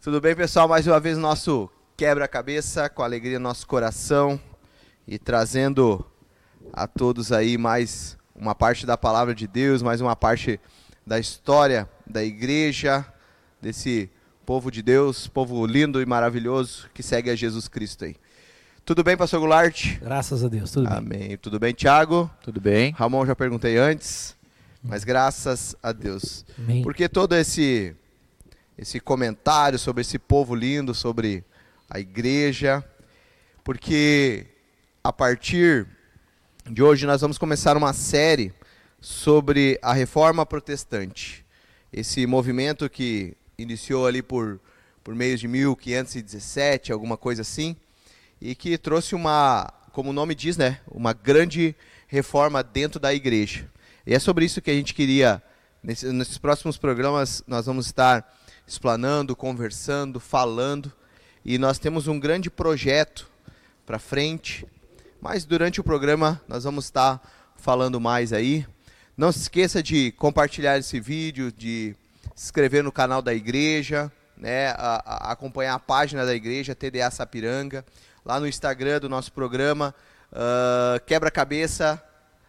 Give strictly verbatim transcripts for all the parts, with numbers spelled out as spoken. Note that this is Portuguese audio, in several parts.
Tudo bem, pessoal? Mais uma vez nosso quebra-cabeça, com alegria no nosso coração e trazendo a todos aí mais uma parte da palavra de Deus, mais uma parte da história da igreja, desse povo de Deus, povo lindo e maravilhoso que segue a Jesus Cristo aí. Tudo bem, pastor Goulart? Graças a Deus, tudo Amém. bem. Tudo bem, Thiago? Tudo bem. Ramon, já perguntei antes, mas graças a Deus. Amém. Porque todo esse, esse comentário sobre esse povo lindo, sobre a igreja, porque a partir de hoje nós vamos começar uma série sobre a Reforma Protestante. Esse movimento que iniciou ali por, por meio de mil quinhentos e dezessete, alguma coisa assim, e que trouxe uma, como o nome diz, né, uma grande reforma dentro da igreja. E é sobre isso que a gente queria, nesse, nesses próximos programas, nós vamos estar explanando, conversando, falando, e nós temos um grande projeto para frente, mas durante o programa nós vamos estar falando mais aí. Não se esqueça de compartilhar esse vídeo, de se inscrever no canal da igreja, né, a, a acompanhar a página da igreja, T D A Sapiranga, lá no Instagram do nosso programa, uh, Quebra-Cabeça,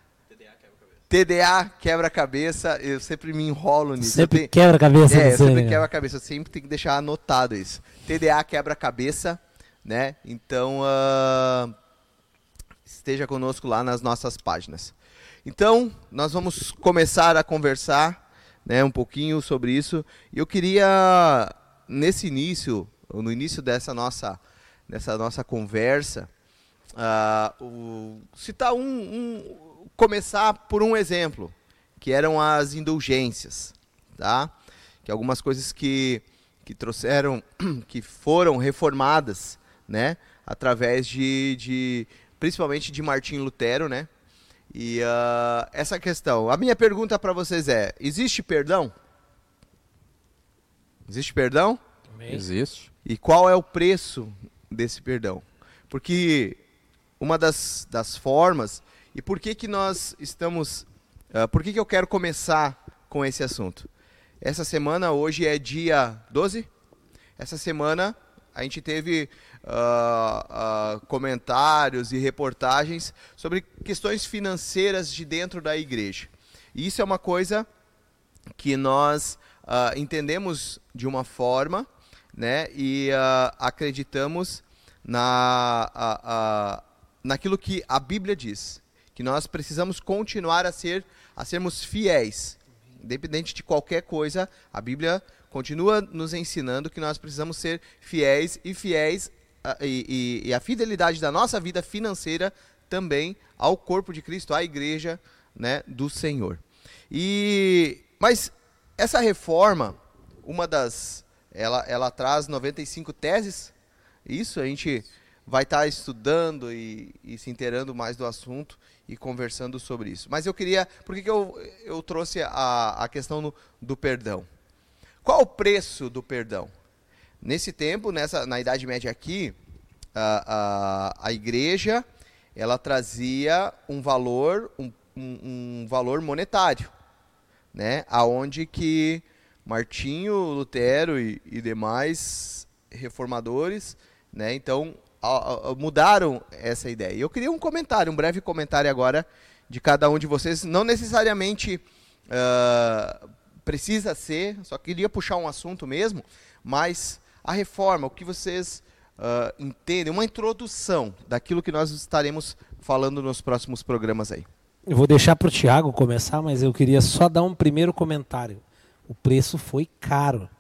T D A Quebra-Cabeça, eu sempre me enrolo nisso. Sempre tenho... quebra-cabeça. É, você, sempre né? quebra-cabeça, eu sempre tenho que deixar anotado isso. T D A Quebra-Cabeça, né, então uh, esteja conosco lá nas nossas páginas. Então, nós vamos começar a conversar, né, um pouquinho sobre isso, e eu queria, nesse início, no início dessa nossa... nessa nossa conversa, uh, o, citar um, um, começar por um exemplo, que eram as indulgências, tá? Que algumas coisas que, que trouxeram, que foram reformadas, né? Através de, de principalmente de Martinho Lutero, né? E uh, essa questão, a minha pergunta para vocês é, existe perdão? Existe perdão? Amém. Existe. E qual é o preço desse perdão? Porque uma das, das formas, e por que que nós estamos, uh, por que que eu quero começar com esse assunto? Essa semana, hoje é dia doze, essa semana a gente teve uh, uh, comentários e reportagens sobre questões financeiras de dentro da igreja. E isso é uma coisa que nós uh, entendemos de uma forma, né, e uh, acreditamos na, uh, uh, naquilo que a Bíblia diz, que nós precisamos continuar a, ser, a sermos fiéis, independente de qualquer coisa, a Bíblia continua nos ensinando que nós precisamos ser fiéis e fiéis, uh, e, e, e a fidelidade da nossa vida financeira também ao corpo de Cristo, à igreja, né, do Senhor. E, mas essa reforma, uma das... Ela, ela traz noventa e cinco teses, isso, a gente vai estar estudando e, e se inteirando mais do assunto e conversando sobre isso. Mas eu queria, por que que eu, eu trouxe a, a questão no, do perdão? Qual o preço do perdão? Nesse tempo, nessa, na Idade Média aqui, a, a, a igreja, ela trazia um valor, um, um, um valor monetário, né, aonde que Martinho Lutero e, e demais reformadores, né, então a, a, mudaram essa ideia. E eu queria um comentário, um breve comentário agora de cada um de vocês. Não necessariamente uh, precisa ser, só queria puxar um assunto mesmo, mas a reforma, o que vocês uh, entendem, uma introdução daquilo que nós estaremos falando nos próximos programas aí. Eu vou deixar para o Thiago começar, mas eu queria só dar um primeiro comentário. O preço foi caro.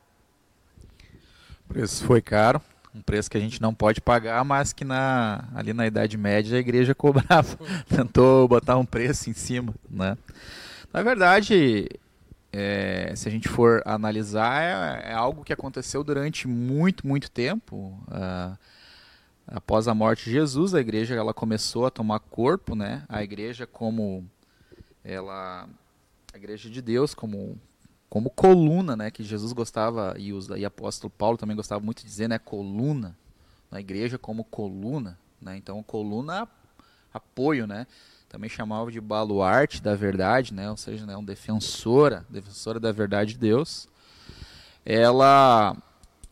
O preço foi caro, um preço que a gente não pode pagar, mas que na, ali na Idade Média a igreja cobrava, tentou botar um preço em cima, né? Na verdade, é, se a gente for analisar, é, é algo que aconteceu durante muito, muito tempo. Uh, após a morte de Jesus, a igreja ela começou a tomar corpo, né? A igreja como ela, a igreja de Deus como como coluna, né, que Jesus gostava, e o e apóstolo Paulo também gostava muito de dizer, né, coluna, na igreja como coluna, né, então coluna, apoio, né, também chamava de baluarte da verdade, né, ou seja, né, um defensora, defensora da verdade de Deus. Ela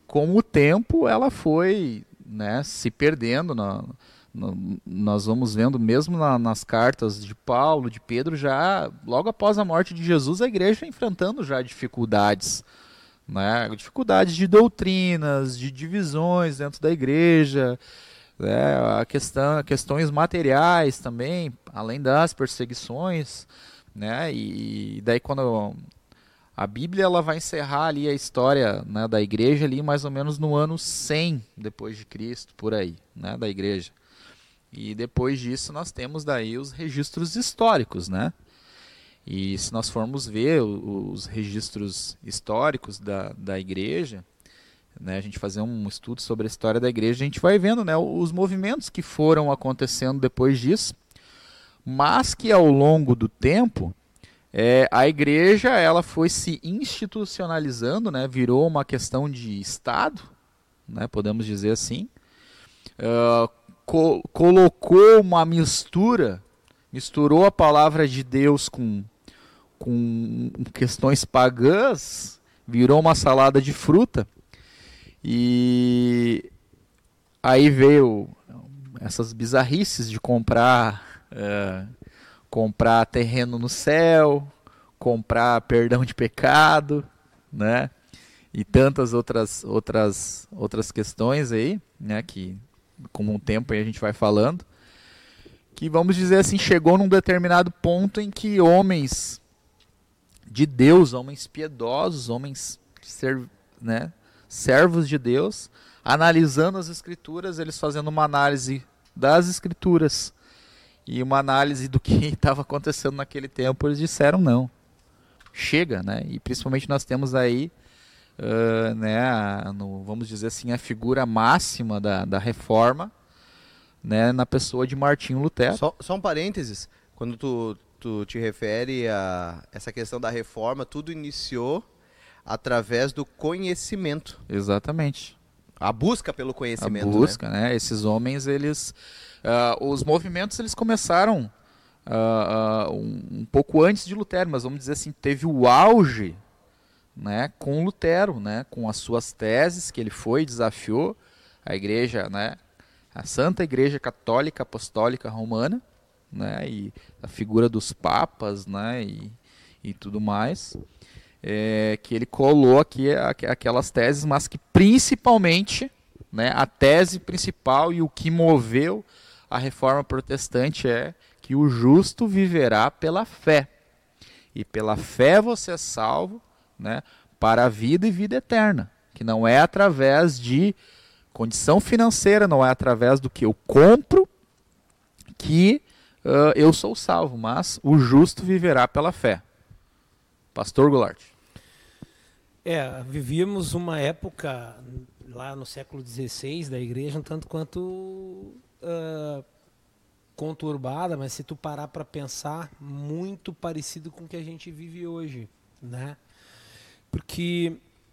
com o tempo ela foi, né, se perdendo. Na, na, nós vamos vendo mesmo na, nas cartas de Paulo, de Pedro, já logo após a morte de Jesus, a igreja enfrentando já dificuldades, né, dificuldades de doutrinas, de divisões dentro da igreja, né, a questão, questões materiais também, além das perseguições, né, e daí quando a Bíblia ela vai encerrar ali a história, né, da igreja ali mais ou menos no ano cem depois de Cristo, por aí, né, da igreja. E depois disso nós temos daí os registros históricos, né? E se nós formos ver os registros históricos da, da igreja, né, a gente fazer um estudo sobre a história da igreja, a gente vai vendo, né, os movimentos que foram acontecendo depois disso, mas que ao longo do tempo É, a igreja ela foi se institucionalizando, né, virou uma questão de Estado, né, podemos dizer assim, uh, co colocou uma mistura, misturou a palavra de Deus com, com questões pagãs, virou uma salada de fruta, e aí veio essas bizarrices de comprar... Uh, comprar terreno no céu, comprar perdão de pecado, né? E tantas outras outras outras questões aí, né, que com o tempo aí a gente vai falando, que vamos dizer assim, chegou num determinado ponto em que homens de Deus, homens piedosos, homens ser, né, servos de Deus, analisando as escrituras, eles fazendo uma análise das escrituras e uma análise do que estava acontecendo naquele tempo, eles disseram não, chega, né? E principalmente nós temos aí, uh, né, a, no, vamos dizer assim, a figura máxima da, da reforma, né, na pessoa de Martinho Lutero. Só, só um parênteses, quando tu, tu te refere a essa questão da reforma, tudo iniciou através do conhecimento. Exatamente. A busca pelo conhecimento. A busca, né? né? Esses homens, eles... Uh, os movimentos eles começaram uh, uh, um, um pouco antes de Lutero, mas vamos dizer assim, teve o auge, né, com Lutero, né, com as suas teses que ele foi, desafiou a igreja, né, a Santa Igreja Católica Apostólica Romana, né, e a figura dos papas, né, e, e tudo mais, é, que ele colou aqui aquelas teses, mas que principalmente, né, a tese principal e o que moveu a reforma protestante é que o justo viverá pela fé. E pela fé você é salvo, né, para a vida e vida eterna. Que não é através de condição financeira, não é através do que eu compro que uh, eu sou salvo, mas o justo viverá pela fé. Pastor Goulart. É, vivíamos uma época lá no século dezesseis da igreja um tanto quanto... Uh, conturbada, mas se tu parar para pensar, muito parecido com o que a gente vive hoje, né? Porque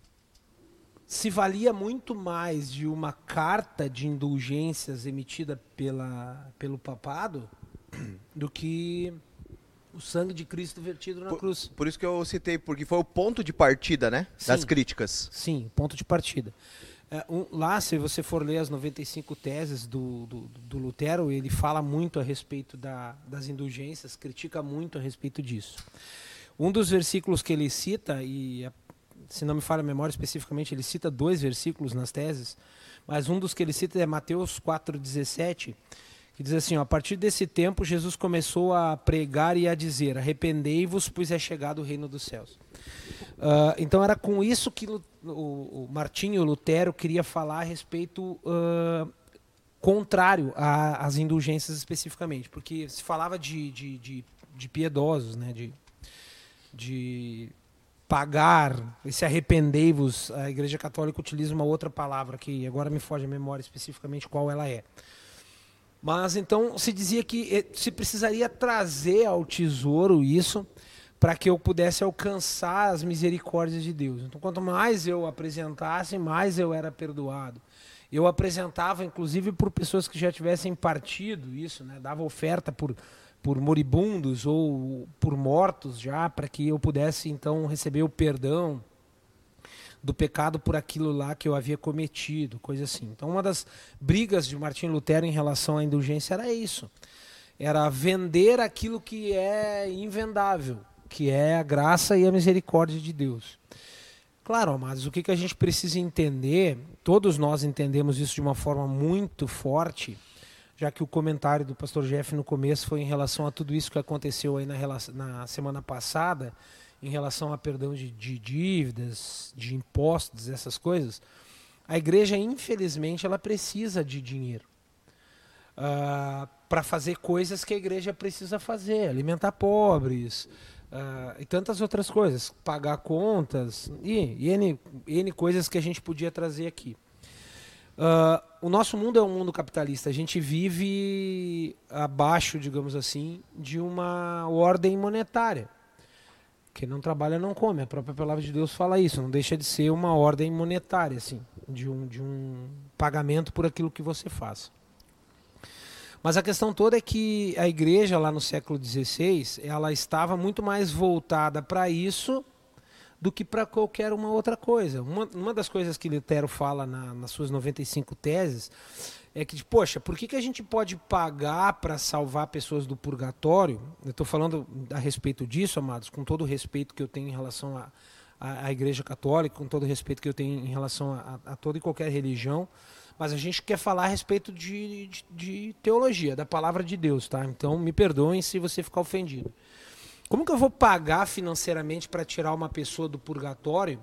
se valia muito mais de uma carta de indulgências emitida pela, pelo papado do que o sangue de Cristo vertido na por, cruz. Por isso que eu citei, porque foi o ponto de partida, né? Sim, das críticas. Sim, ponto de partida. Uh, um, lá, se você for ler as noventa e cinco teses do, do, do Lutero, ele fala muito a respeito da, das indulgências, critica muito a respeito disso. Um dos versículos que ele cita, e se não me falha a memória especificamente, ele cita dois versículos nas teses, mas um dos que ele cita é Mateus quatro, dezessete, que diz assim, ó, a partir desse tempo Jesus começou a pregar e a dizer, arrependei-vos, pois é chegado o reino dos céus. Uh, então era com isso que o, o Martinho Lutero queria falar a respeito uh, contrário às indulgências especificamente, porque se falava de, de, de, de piedosos, né, de, de pagar, esse arrependei-vos, a Igreja Católica utiliza uma outra palavra que agora me foge a memória especificamente qual ela é. Mas então se dizia que se precisaria trazer ao tesouro isso para que eu pudesse alcançar as misericórdias de Deus. Então quanto mais eu apresentasse, mais eu era perdoado. Eu apresentava inclusive por pessoas que já tivessem partido isso, né? Dava oferta por, por moribundos ou por mortos já, para que eu pudesse então receber o perdão do pecado por aquilo lá que eu havia cometido, coisa assim. Então uma das brigas de Martinho Lutero em relação à indulgência era isso. Era vender aquilo que é invendável, que é a graça e a misericórdia de Deus. Claro, amados, o que, que a gente precisa entender, todos nós entendemos isso de uma forma muito forte, já que o comentário do pastor Jeff no começo foi em relação a tudo isso que aconteceu aí na, na semana passada, em relação a perdão de, de dívidas, de impostos, essas coisas. A igreja, infelizmente, ela precisa de dinheiro uh, para fazer coisas que a igreja precisa fazer, alimentar pobres, Uh, e tantas outras coisas, pagar contas e, e N, N coisas que a gente podia trazer aqui. Uh, o nosso mundo é um mundo capitalista, a gente vive abaixo, digamos assim, de uma ordem monetária. Quem não trabalha não come, a própria palavra de Deus fala isso, não deixa de ser uma ordem monetária, assim, de um, de um pagamento por aquilo que você faz. Mas a questão toda é que a igreja lá no século dezesseis, ela estava muito mais voltada para isso do que para qualquer uma outra coisa. Uma, uma das coisas que Lutero fala na, nas suas noventa e cinco teses é que, poxa, por que, que a gente pode pagar para salvar pessoas do purgatório? Eu estou falando a respeito disso, amados, com todo o respeito que eu tenho em relação à a, a, a igreja católica, com todo o respeito que eu tenho em relação a, a, a toda e qualquer religião. Mas a gente quer falar a respeito de, de, de teologia, da palavra de Deus, tá? Então me perdoem se você ficar ofendido. Como que eu vou pagar financeiramente para tirar uma pessoa do purgatório?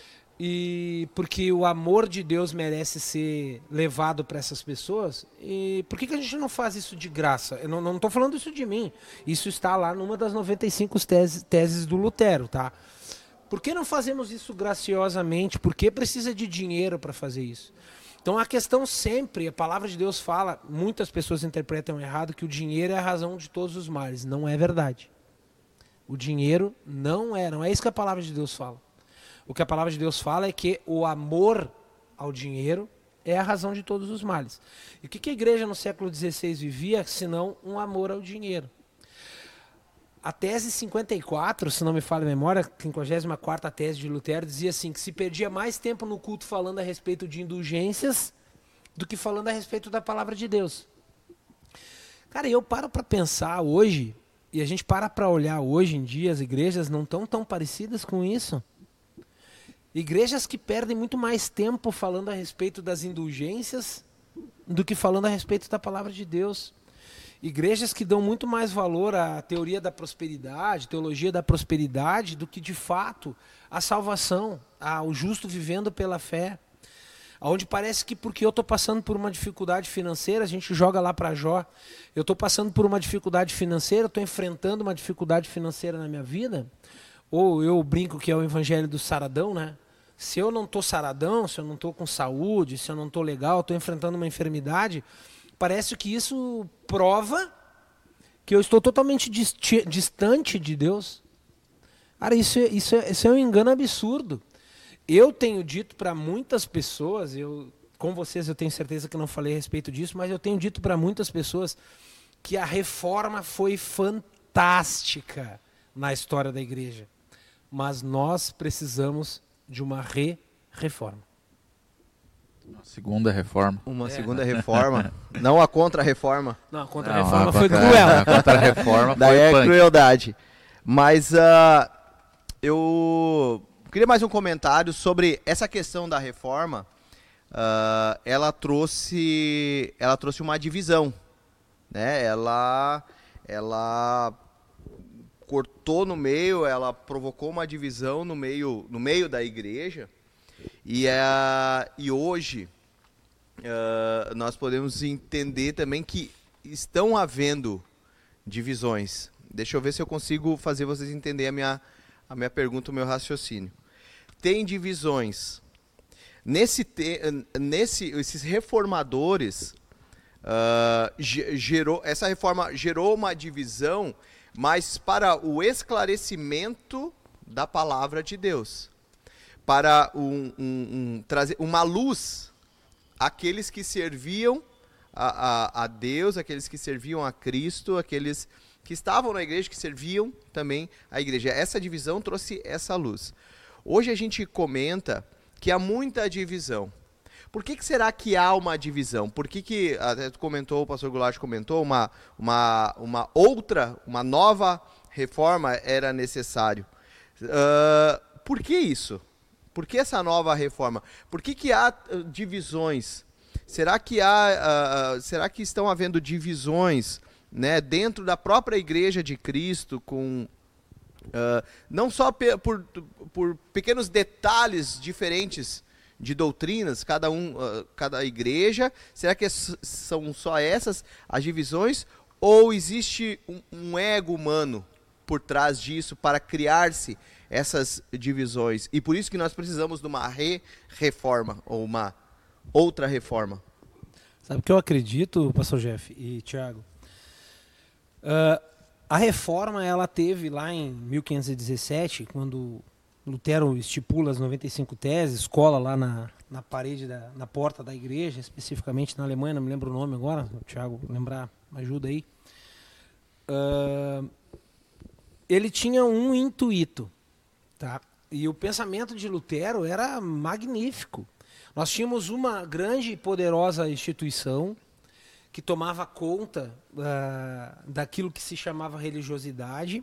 E porque o amor de Deus merece ser levado para essas pessoas? E por que, que a gente não faz isso de graça? Eu não estou falando isso de mim. Isso está lá numa das noventa e cinco teses, teses do Lutero, tá? Por que não fazemos isso graciosamente? Por que precisa de dinheiro para fazer isso? Então a questão sempre, a palavra de Deus fala, muitas pessoas interpretam errado que o dinheiro é a razão de todos os males. Não é verdade. O dinheiro não é, não é isso que a palavra de Deus fala. O que a palavra de Deus fala é que o amor ao dinheiro é a razão de todos os males. E o que a igreja no século dezesseis vivia, senão um amor ao dinheiro? A tese cinquenta e quatro, se não me falha a memória, a cinquagésima quarta tese de Lutero, dizia assim, que se perdia mais tempo no culto falando a respeito de indulgências do que falando a respeito da palavra de Deus. Cara, eu paro para pensar hoje, e a gente para para olhar hoje em dia, as igrejas não estão tão parecidas com isso. Igrejas que perdem muito mais tempo falando a respeito das indulgências do que falando a respeito da palavra de Deus. Igrejas que dão muito mais valor à teoria da prosperidade, teologia da prosperidade, do que de fato a salvação, ao justo vivendo pela fé. Onde parece que porque eu estou passando por uma dificuldade financeira, a gente joga lá para Jó. Eu estou passando por uma dificuldade financeira, estou enfrentando uma dificuldade financeira na minha vida. Ou eu brinco que é o evangelho do saradão, né? Se eu não estou saradão, se eu não estou com saúde, se eu não estou legal, estou enfrentando uma enfermidade... Parece que isso prova que eu estou totalmente disti- distante de Deus. Cara, isso, é, isso, é, isso é um engano absurdo. Eu tenho dito para muitas pessoas, eu, com vocês eu tenho certeza que não falei a respeito disso, mas eu tenho dito para muitas pessoas que a reforma foi fantástica na história da igreja. Mas nós precisamos de uma re-reforma. Segunda reforma. Uma É. segunda reforma. Não a contra-reforma. Não, a contra-reforma Não, a foi contra- cruel. A contra-reforma foi Daí é punk. crueldade. Mas uh, eu queria mais um comentário sobre essa questão da reforma. Uh, ela trouxe, ela trouxe uma divisão, né? Ela, ela cortou no meio, ela provocou uma divisão no meio, no meio da igreja. E, uh, e hoje uh, nós podemos entender também que estão havendo divisões. Deixa eu ver se eu consigo fazer vocês entenderem a minha, a minha pergunta, o meu raciocínio. Tem divisões. Nesse te, nesse, esses reformadores, uh, gerou, essa reforma gerou uma divisão, mas para o esclarecimento da palavra de Deus. Para um, um, um, trazer uma luz àqueles que serviam a, a, a Deus, aqueles que serviam a Cristo, aqueles que estavam na igreja, que serviam também a igreja. Essa divisão trouxe essa luz. Hoje a gente comenta que há muita divisão. Por que, que será que há uma divisão? Por que, que até tu comentou, o pastor Goulart comentou, uma, uma, uma outra, uma nova reforma era necessário? Uh, por que isso? Por que essa nova reforma? Por que, que há uh, divisões? Será que há, uh, será que estão havendo divisões, né, dentro da própria Igreja de Cristo, com uh, não só pe por, por pequenos detalhes diferentes de doutrinas, cada um, uh, cada igreja? Será que é, são só essas as divisões, ou existe um, um ego humano por trás disso para criar-se essas divisões? E por isso que nós precisamos de uma re-reforma, ou uma outra reforma. Sabe o que eu acredito, pastor Jeff e Tiago? Uh, a reforma, ela teve lá em mil quinhentos e dezessete, quando Lutero estipula as noventa e cinco teses, cola lá na, na parede, da, na porta da igreja, especificamente na Alemanha, não me lembro o nome agora, o Tiago lembrar, ajuda aí. Uh, ele tinha um intuito, tá? E o pensamento de Lutero era magnífico. Nós tínhamos uma grande e poderosa instituição que tomava conta uh, daquilo que se chamava religiosidade.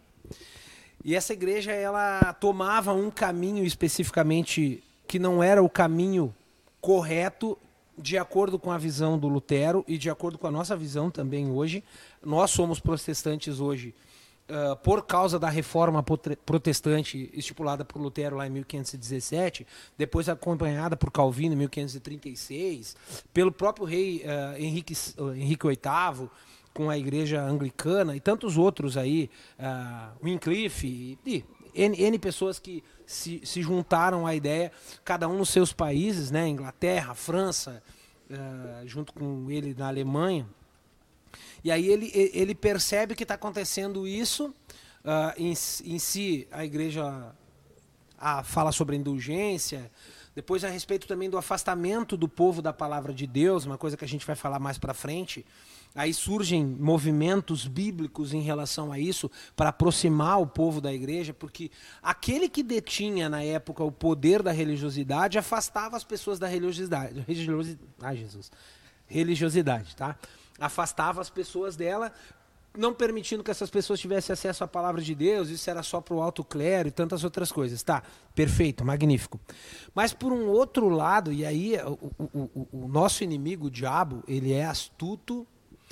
E essa igreja, ela tomava um caminho especificamente que não era o caminho correto, de acordo com a visão do Lutero e de acordo com a nossa visão também hoje. Nós somos protestantes hoje uh, por causa da reforma protestante estipulada por Lutero lá em mil quinhentos e dezessete, depois acompanhada por Calvino em mil quinhentos e trinta e seis, pelo próprio rei uh, Henrique, uh, Henrique oitavo, com a igreja anglicana e tantos outros aí, uh, Wycliffe e, e N, N pessoas que se, se juntaram à ideia, cada um nos seus países, né, Inglaterra, França, uh, junto com ele na Alemanha. E aí ele, ele percebe que está acontecendo isso, uh, em, em si a igreja a, fala sobre a indulgência, depois a respeito também do afastamento do povo da palavra de Deus, uma coisa que a gente vai falar mais para frente. Aí surgem movimentos bíblicos em relação a isso, para aproximar o povo da igreja, porque aquele que detinha na época o poder da religiosidade afastava as pessoas da religiosidade. Religiosidade, ah, Jesus. Religiosidade, tá? Afastava as pessoas dela, não permitindo que essas pessoas tivessem acesso à palavra de Deus. Isso era só para o alto clero e tantas outras coisas. Tá, perfeito, magnífico. Mas por um outro lado, e aí o, o, o, o nosso inimigo, o diabo, ele é astuto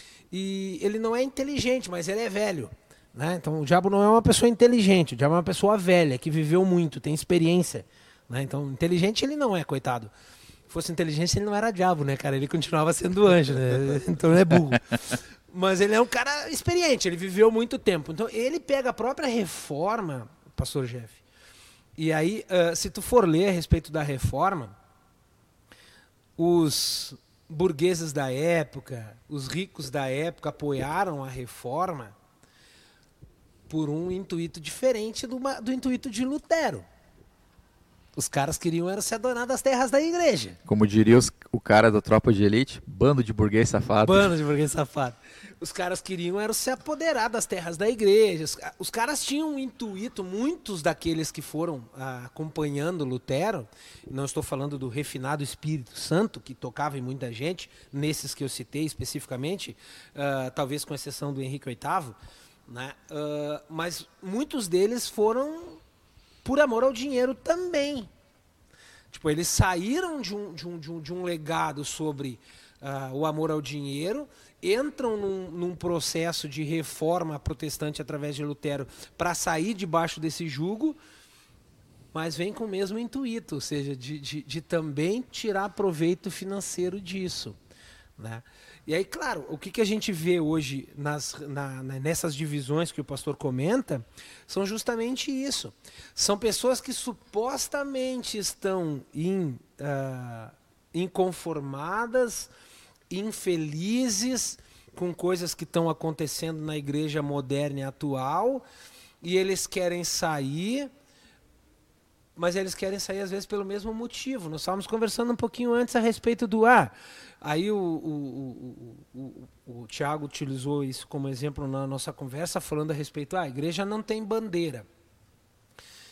e ele não é inteligente, mas ele é velho, né? Então o diabo não é uma pessoa inteligente, o diabo é uma pessoa velha, que viveu muito, tem experiência, né? Então inteligente ele não é, coitado. Se fosse inteligente ele não era diabo, né, cara? Ele continuava sendo anjo, né? Então ele é burro. Mas ele é um cara experiente, ele viveu muito tempo. Então ele pega a própria reforma, pastor Jeff. E aí, uh, se tu for ler a respeito da reforma, os burgueses da época, os ricos da época apoiaram a reforma por um intuito diferente do, do intuito de Lutero. Os caras queriam era se adorar das terras da igreja. Como diria os, o cara da tropa de elite, bando de burguês safado. Bando de burguês safado. Os caras queriam era se apoderar das terras da igreja. Os, os caras tinham um intuito, muitos daqueles que foram ah, acompanhando Lutero, não estou falando do refinado Espírito Santo, que tocava em muita gente, nesses que eu citei especificamente, ah, talvez com exceção do Henrique oitavo, né? Ah, mas muitos deles foram por amor ao dinheiro também. Tipo, eles saíram de um, de um, de um, de um legado sobre uh, o amor ao dinheiro, entram num, num processo de reforma protestante através de Lutero para sair debaixo desse jugo, mas vem com o mesmo intuito, ou seja, de, de, de também tirar proveito financeiro disso, né? E aí, claro, o que, que a gente vê hoje nas, na, nessas divisões que o pastor comenta são justamente isso. São pessoas que supostamente estão in, uh, inconformadas, infelizes com coisas que estão acontecendo na igreja moderna e atual, e eles querem sair, mas eles querem sair às vezes pelo mesmo motivo. Nós estávamos conversando um pouquinho antes a respeito do ar. Ah, aí o, o, o, o, o Tiago utilizou isso como exemplo na nossa conversa, falando a respeito, ah, a igreja não tem bandeira.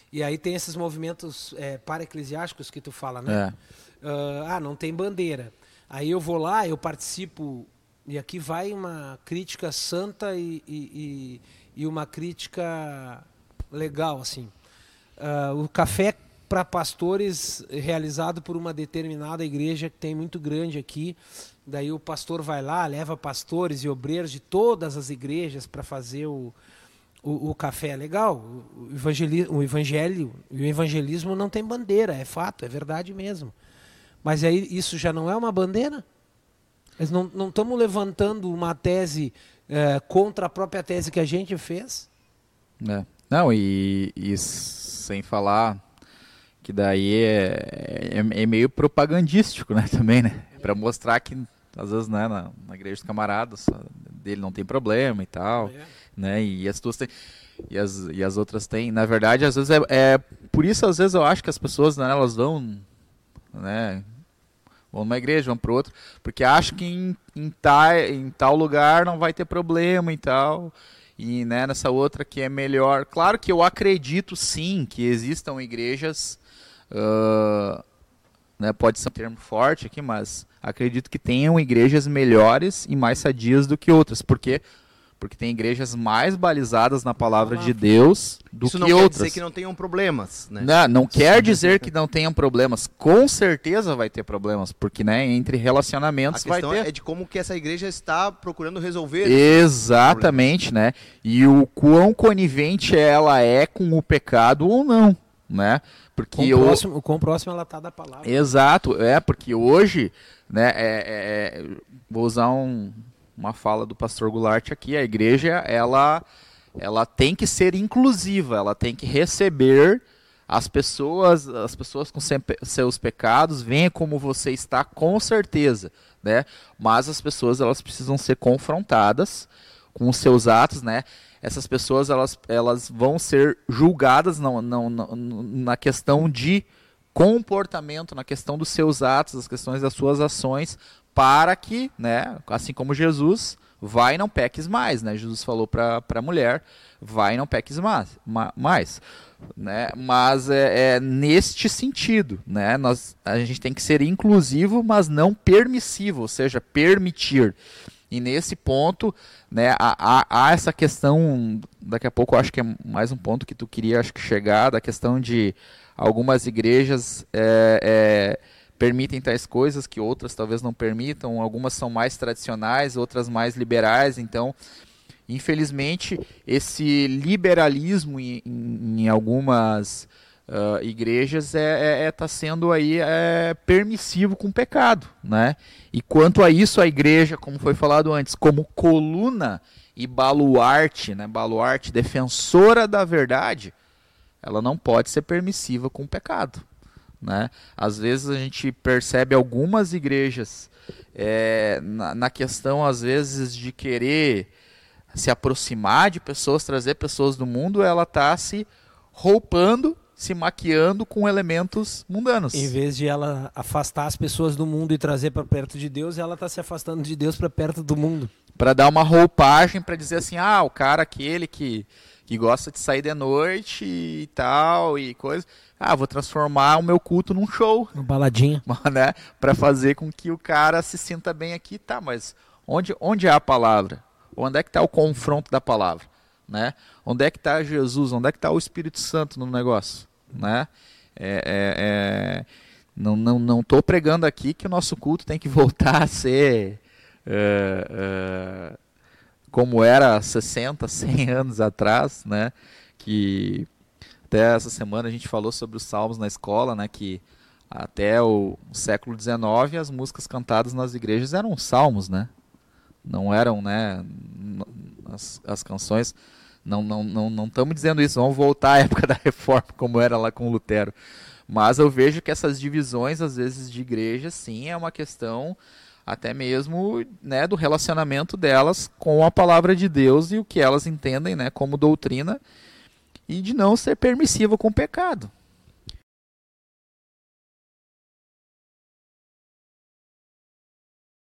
E aí tem esses movimentos é, para-eclesiásticos que tu fala, né? É. Uh, ah, não tem bandeira. Aí eu vou lá, eu participo, e aqui vai uma crítica santa e, e, e, e uma crítica legal, assim. Uh, o café para pastores realizado por uma determinada igreja que tem muito grande aqui. Daí o pastor vai lá, leva pastores e obreiros de todas as igrejas para fazer o, o, o café. Legal, o, evangeli o evangelho e o evangelismo não tem bandeira, é fato, é verdade mesmo. Mas aí isso já não é uma bandeira? Nós não estamos levantando uma tese é, contra a própria tese que a gente fez? É. Não, e, e sem falar que daí é, é, é meio propagandístico, né, também, né? Para mostrar que, às vezes, né, na, na igreja dos camaradas, dele não tem problema e tal, é. né? E as tuas têm, e as, e as outras têm. Na verdade, às vezes, é, é por isso, às vezes, eu acho que as pessoas, né, elas vão, né, vão numa igreja, vão para outra, porque acham que em, em, ta, em tal lugar não vai ter problema e tal. E, né, nessa outra que é melhor. Claro que eu acredito sim que existam igrejas, uh, né, pode ser um termo forte aqui, mas acredito que tenham igrejas melhores e mais sadias do que outras. Por quê? Porque tem igrejas mais balizadas na palavra de Deus do Isso que não quer outras. dizer que não tenham problemas, né? Não, não quer dizer que não tenham problemas. Com certeza vai ter problemas, porque, né, entre relacionamentos vai ter. A questão é de como que essa igreja está procurando resolver. Exatamente, né? E o quão conivente ela é com o pecado ou não, né? Porque com o o próximo, o quão próximo ela está da palavra. Exato, é porque hoje, né, é, é, vou usar um uma fala do pastor Goulart aqui, a igreja ela, ela tem que ser inclusiva, ela tem que receber as pessoas, as pessoas com seus pecados, venha como você está, com certeza, né? Mas as pessoas elas precisam ser confrontadas com os seus atos, né? Essas pessoas elas, elas vão ser julgadas não, não, não, na questão de comportamento, na questão dos seus atos, as questões das suas ações, para que, né, assim como Jesus, vai e não peques mais, né? Jesus falou para a mulher, vai e não peques mais, ma, mais né? Mas é, é neste sentido, né? Nós, a gente tem que ser inclusivo, mas não permissivo, ou seja, permitir. E nesse ponto, né, há, há, há essa questão, daqui a pouco eu acho que é mais um ponto que tu queria acho que chegar, da questão de algumas igrejas é, é, permitem tais coisas que outras talvez não permitam, algumas são mais tradicionais, outras mais liberais, então, infelizmente, esse liberalismo em, em, em algumas uh, igrejas está é, é, tá sendo aí é, permissivo com o pecado, né? E quanto a isso, a igreja, como foi falado antes, como coluna e baluarte, né, baluarte, defensora da verdade, ela não pode ser permissiva com o pecado. Né? Às vezes a gente percebe algumas igrejas é, na, na questão, às vezes, de querer se aproximar de pessoas, trazer pessoas do mundo, ela está se roupando, se maquiando com elementos mundanos. Em vez de ela afastar as pessoas do mundo e trazer para perto de Deus, ela está se afastando de Deus para perto do mundo. Para dar uma roupagem, para dizer assim, ah, o cara aquele que, que gosta de sair de noite e tal, e coisa... Ah, vou transformar o meu culto num show. Uma baladinha. Né? Para fazer com que o cara se sinta bem aqui. Tá, mas onde, onde é a palavra? Onde é que está o confronto da palavra? Né? Onde é que está Jesus? Onde é que está o Espírito Santo no negócio? Né? É, é, é... Não não não estou pregando aqui que o nosso culto tem que voltar a ser é, é, como era sessenta, cem anos atrás, né? Que até essa semana a gente falou sobre os salmos na escola, né, que até o século dezenove as músicas cantadas nas igrejas eram salmos, né? Não eram, né, as, as canções, não não não não estamos dizendo isso, vamos voltar à época da Reforma, como era lá com Lutero. Mas eu vejo que essas divisões, às vezes, de igrejas, sim, é uma questão até mesmo, né, do relacionamento delas com a palavra de Deus e o que elas entendem, né, como doutrina, e de não ser permissiva com o pecado,